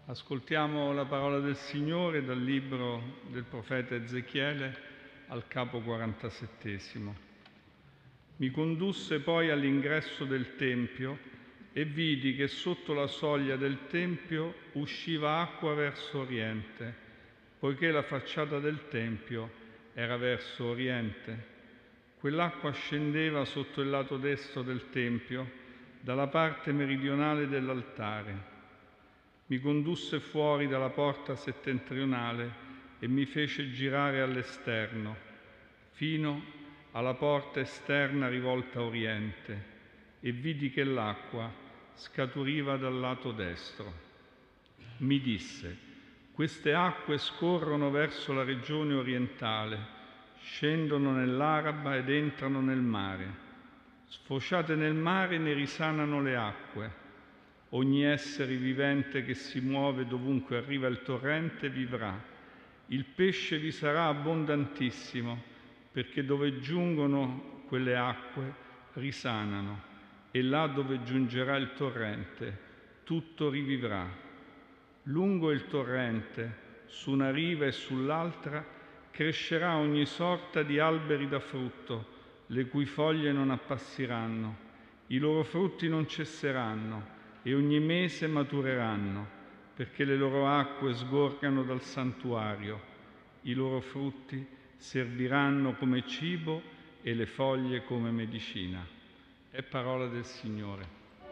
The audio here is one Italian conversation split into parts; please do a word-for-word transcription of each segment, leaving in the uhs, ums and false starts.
Ascoltiamo la parola del Signore dal libro del profeta Ezechiele al capo quarantasettesimo. Mi condusse poi all'ingresso del Tempio e vidi che sotto la soglia del Tempio usciva acqua verso oriente, poiché la facciata del Tempio era verso oriente. Quell'acqua scendeva sotto il lato destro del Tempio, dalla parte meridionale dell'altare. Mi condusse fuori dalla porta settentrionale e mi fece girare all'esterno, fino alla porta esterna rivolta a oriente, e vidi che l'acqua scaturiva dal lato destro. Mi disse: queste acque scorrono verso la regione orientale, scendono nell'Araba ed entrano nel mare. Sfociate nel mare ne risanano le acque. Ogni essere vivente che si muove dovunque arriva il torrente vivrà. Il pesce vi sarà abbondantissimo, perché dove giungono quelle acque risanano, e là dove giungerà il torrente tutto rivivrà. Lungo il torrente, su una riva e sull'altra, crescerà ogni sorta di alberi da frutto, le cui foglie non appassiranno. I loro frutti non cesseranno, e ogni mese matureranno, perché le loro acque sgorgano dal santuario. I loro frutti serviranno come cibo e le foglie come medicina. È parola del Signore.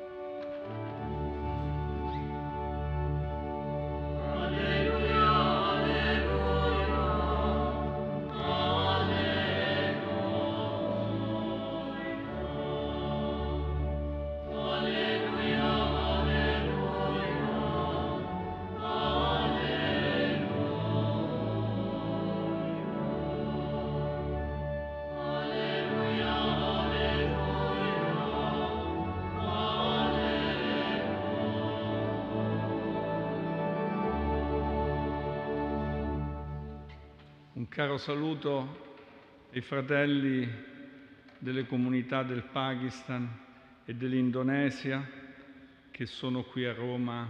Un caro saluto ai fratelli delle comunità del Pakistan e dell'Indonesia che sono qui a Roma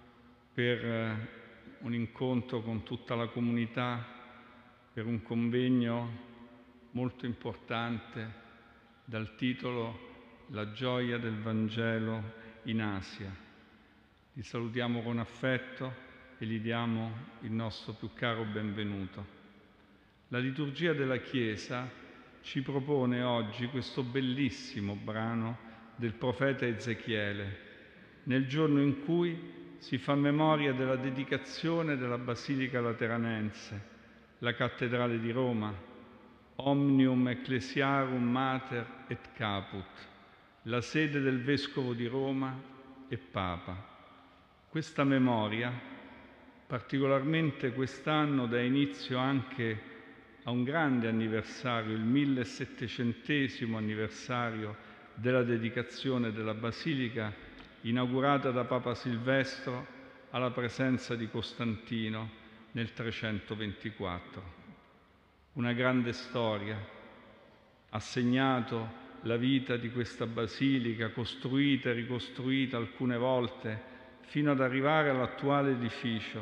per un incontro con tutta la comunità, per un convegno molto importante dal titolo La gioia del Vangelo in Asia. Li salutiamo con affetto e gli diamo il nostro più caro benvenuto. La liturgia della Chiesa ci propone oggi questo bellissimo brano del profeta Ezechiele, nel giorno in cui si fa memoria della dedicazione della Basilica Lateranense, la cattedrale di Roma, Omnium Ecclesiarum Mater et Caput, la sede del Vescovo di Roma e Papa. Questa memoria, particolarmente quest'anno, dà inizio anche a un grande anniversario, il millesettecentesimo anniversario della dedicazione della Basilica, inaugurata da Papa Silvestro alla presenza di Costantino nel trecentoventiquattro. Una grande storia ha segnato la vita di questa Basilica, costruita e ricostruita alcune volte, fino ad arrivare all'attuale edificio.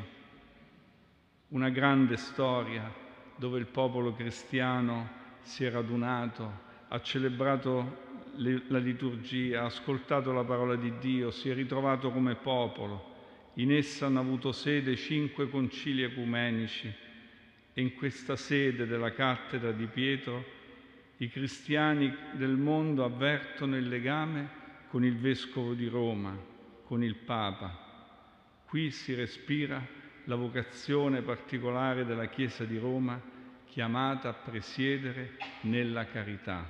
Una grande storia dove il popolo cristiano si è radunato, ha celebrato le, la liturgia, ha ascoltato la parola di Dio, si è ritrovato come popolo. In essa hanno avuto sede cinque concili ecumenici e in questa sede della cattedra di Pietro i cristiani del mondo avvertono il legame con il Vescovo di Roma, con il Papa. Qui si respira la vocazione particolare della Chiesa di Roma, chiamata a presiedere nella carità.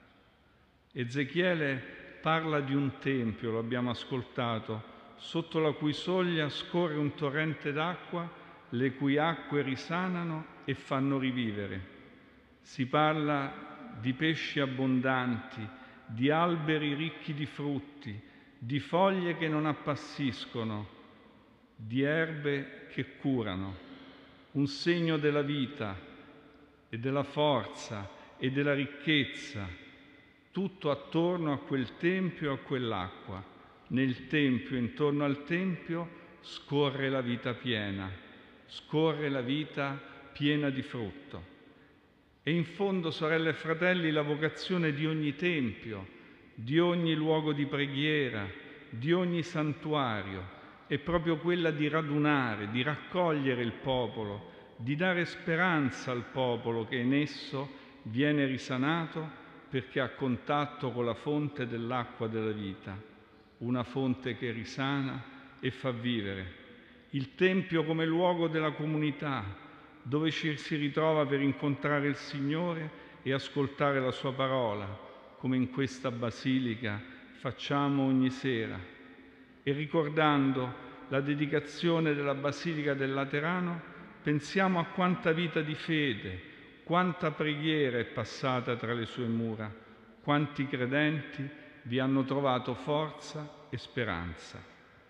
Ezechiele parla di un tempio, lo abbiamo ascoltato, sotto la cui soglia scorre un torrente d'acqua, le cui acque risanano e fanno rivivere. Si parla di pesci abbondanti, di alberi ricchi di frutti, di foglie che non appassiscono, di erbe che curano, un segno della vita e della forza e della ricchezza, tutto attorno a quel tempio e a quell'acqua. Nel tempio, intorno al tempio, scorre la vita piena, scorre la vita piena di frutto. E in fondo, sorelle e fratelli, la vocazione di ogni tempio, di ogni luogo di preghiera, di ogni santuario, è proprio quella di radunare, di raccogliere il popolo, di dare speranza al popolo che in esso viene risanato perché ha contatto con la fonte dell'acqua della vita, una fonte che risana e fa vivere. Il Tempio come luogo della comunità, dove ci si ritrova per incontrare il Signore e ascoltare la Sua parola, come in questa Basilica facciamo ogni sera. E ricordando la dedicazione della Basilica del Laterano, pensiamo a quanta vita di fede, quanta preghiera è passata tra le sue mura, quanti credenti vi hanno trovato forza e speranza.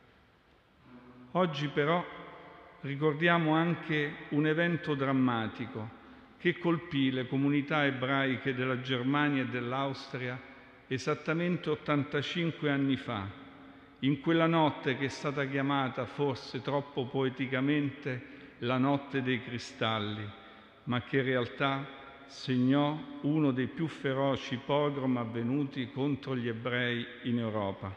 Oggi però ricordiamo anche un evento drammatico che colpì le comunità ebraiche della Germania e dell'Austria esattamente ottantacinque anni fa, in quella notte che è stata chiamata forse troppo poeticamente la notte dei cristalli, ma che in realtà segnò uno dei più feroci pogrom avvenuti contro gli ebrei in Europa.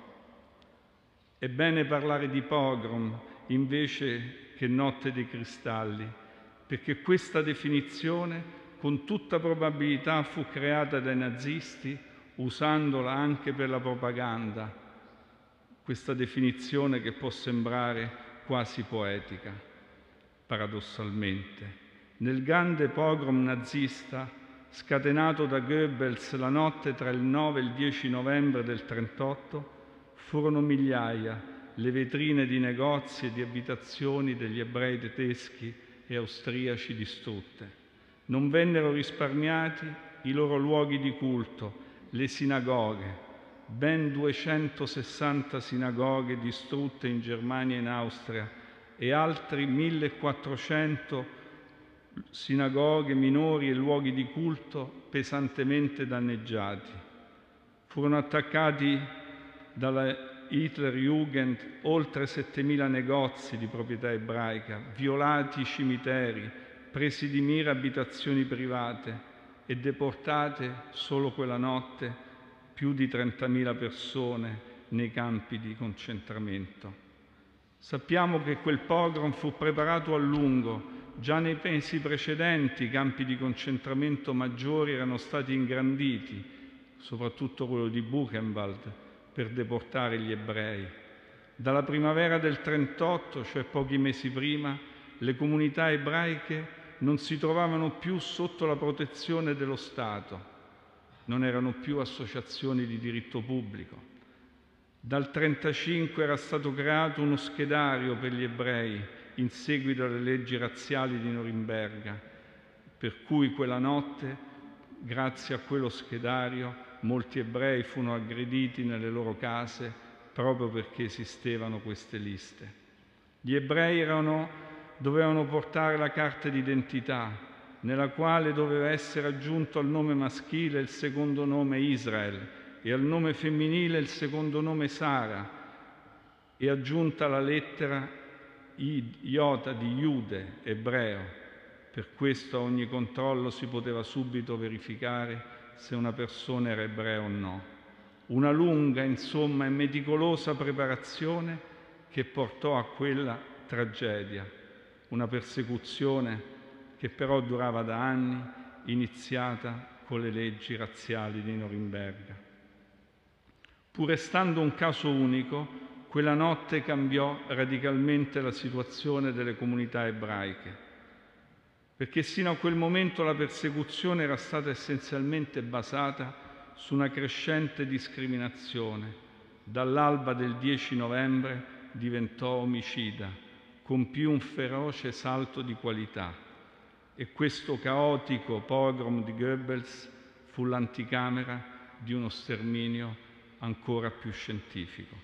È bene parlare di pogrom invece che notte dei cristalli, perché questa definizione con tutta probabilità fu creata dai nazisti usandola anche per la propaganda, questa definizione che può sembrare quasi poetica, paradossalmente. Nel grande pogrom nazista scatenato da Goebbels la notte tra il nove e il dieci novembre del trentotto, furono migliaia le vetrine di negozi e di abitazioni degli ebrei tedeschi e austriaci distrutte. Non vennero risparmiati i loro luoghi di culto, le sinagoghe, ben duecentosessanta sinagoghe distrutte in Germania e in Austria e altri millequattrocento sinagoghe minori e luoghi di culto pesantemente danneggiati. Furono attaccati dalla Hitlerjugend oltre settemila negozi di proprietà ebraica, violati cimiteri, presi di mira abitazioni private e deportate solo quella notte più di trentamila persone nei campi di concentramento. Sappiamo che quel pogrom fu preparato a lungo. Già nei mesi precedenti i campi di concentramento maggiori erano stati ingranditi, soprattutto quello di Buchenwald, per deportare gli ebrei. Dalla primavera del trentotto, cioè pochi mesi prima, le comunità ebraiche non si trovavano più sotto la protezione dello Stato, non erano più associazioni di diritto pubblico. Dal trentacinque era stato creato uno schedario per gli ebrei in seguito alle leggi razziali di Norimberga, per cui quella notte, grazie a quello schedario, molti ebrei furono aggrediti nelle loro case proprio perché esistevano queste liste. Gli ebrei erano, dovevano portare la carta d'identità, nella quale doveva essere aggiunto al nome maschile il secondo nome Israel e al nome femminile il secondo nome Sara e aggiunta la lettera iota di Iude, ebreo. Per questo a ogni controllo si poteva subito verificare se una persona era ebrea o no. Una lunga, insomma, e meticolosa preparazione che portò a quella tragedia, una persecuzione che però durava da anni, iniziata con le leggi razziali di Norimberga. Pur restando un caso unico, quella notte cambiò radicalmente la situazione delle comunità ebraiche, perché sino a quel momento la persecuzione era stata essenzialmente basata su una crescente discriminazione. Dall'alba del dieci novembre diventò omicida, compì un feroce salto di qualità e questo caotico pogrom di Goebbels fu l'anticamera di uno sterminio ancora più scientifico.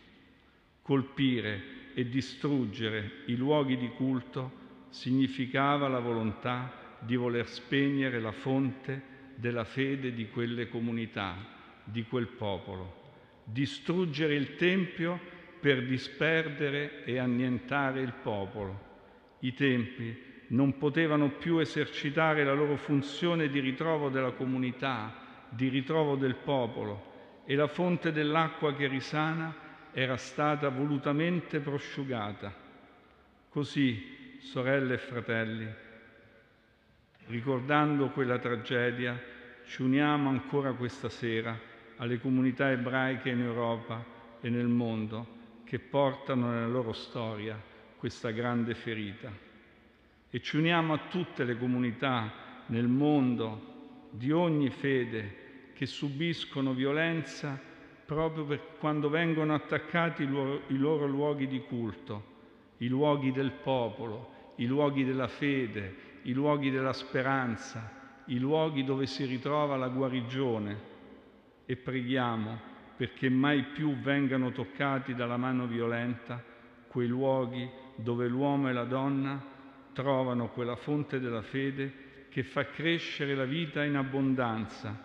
Colpire e distruggere i luoghi di culto significava la volontà di voler spegnere la fonte della fede di quelle comunità, di quel popolo. Distruggere il Tempio per disperdere e annientare il popolo. I tempi non potevano più esercitare la loro funzione di ritrovo della comunità, di ritrovo del popolo, e la fonte dell'acqua che risana era stata volutamente prosciugata. Così, sorelle e fratelli, ricordando quella tragedia, ci uniamo ancora questa sera alle comunità ebraiche in Europa e nel mondo che portano nella loro storia questa grande ferita. E ci uniamo a tutte le comunità nel mondo di ogni fede che subiscono violenza proprio per quando vengono attaccati i loro, i loro luoghi di culto, i luoghi del popolo, i luoghi della fede, i luoghi della speranza, i luoghi dove si ritrova la guarigione. E preghiamo perché mai più vengano toccati dalla mano violenta quei luoghi dove l'uomo e la donna trovano quella fonte della fede che fa crescere la vita in abbondanza,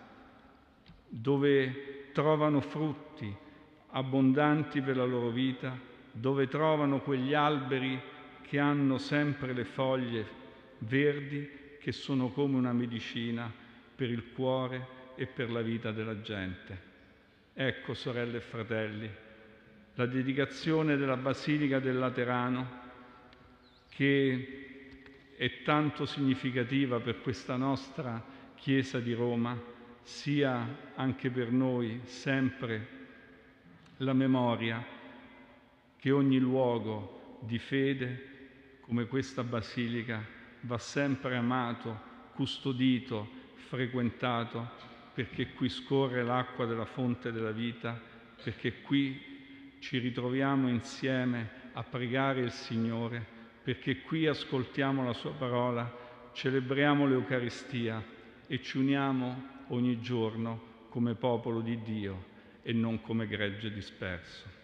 dove trovano frutti abbondanti per la loro vita, dove trovano quegli alberi che hanno sempre le foglie verdi che sono come una medicina per il cuore e per la vita della gente. Ecco, sorelle e fratelli, la dedicazione della Basilica del Laterano, che è tanto significativa per questa nostra Chiesa di Roma, sia anche per noi sempre la memoria che ogni luogo di fede, come questa Basilica, va sempre amato, custodito, frequentato, perché qui scorre l'acqua della fonte della vita, perché qui ci ritroviamo insieme a pregare il Signore, perché qui ascoltiamo la Sua parola, celebriamo l'Eucaristia e ci uniamo ogni giorno come popolo di Dio e non come gregge disperso.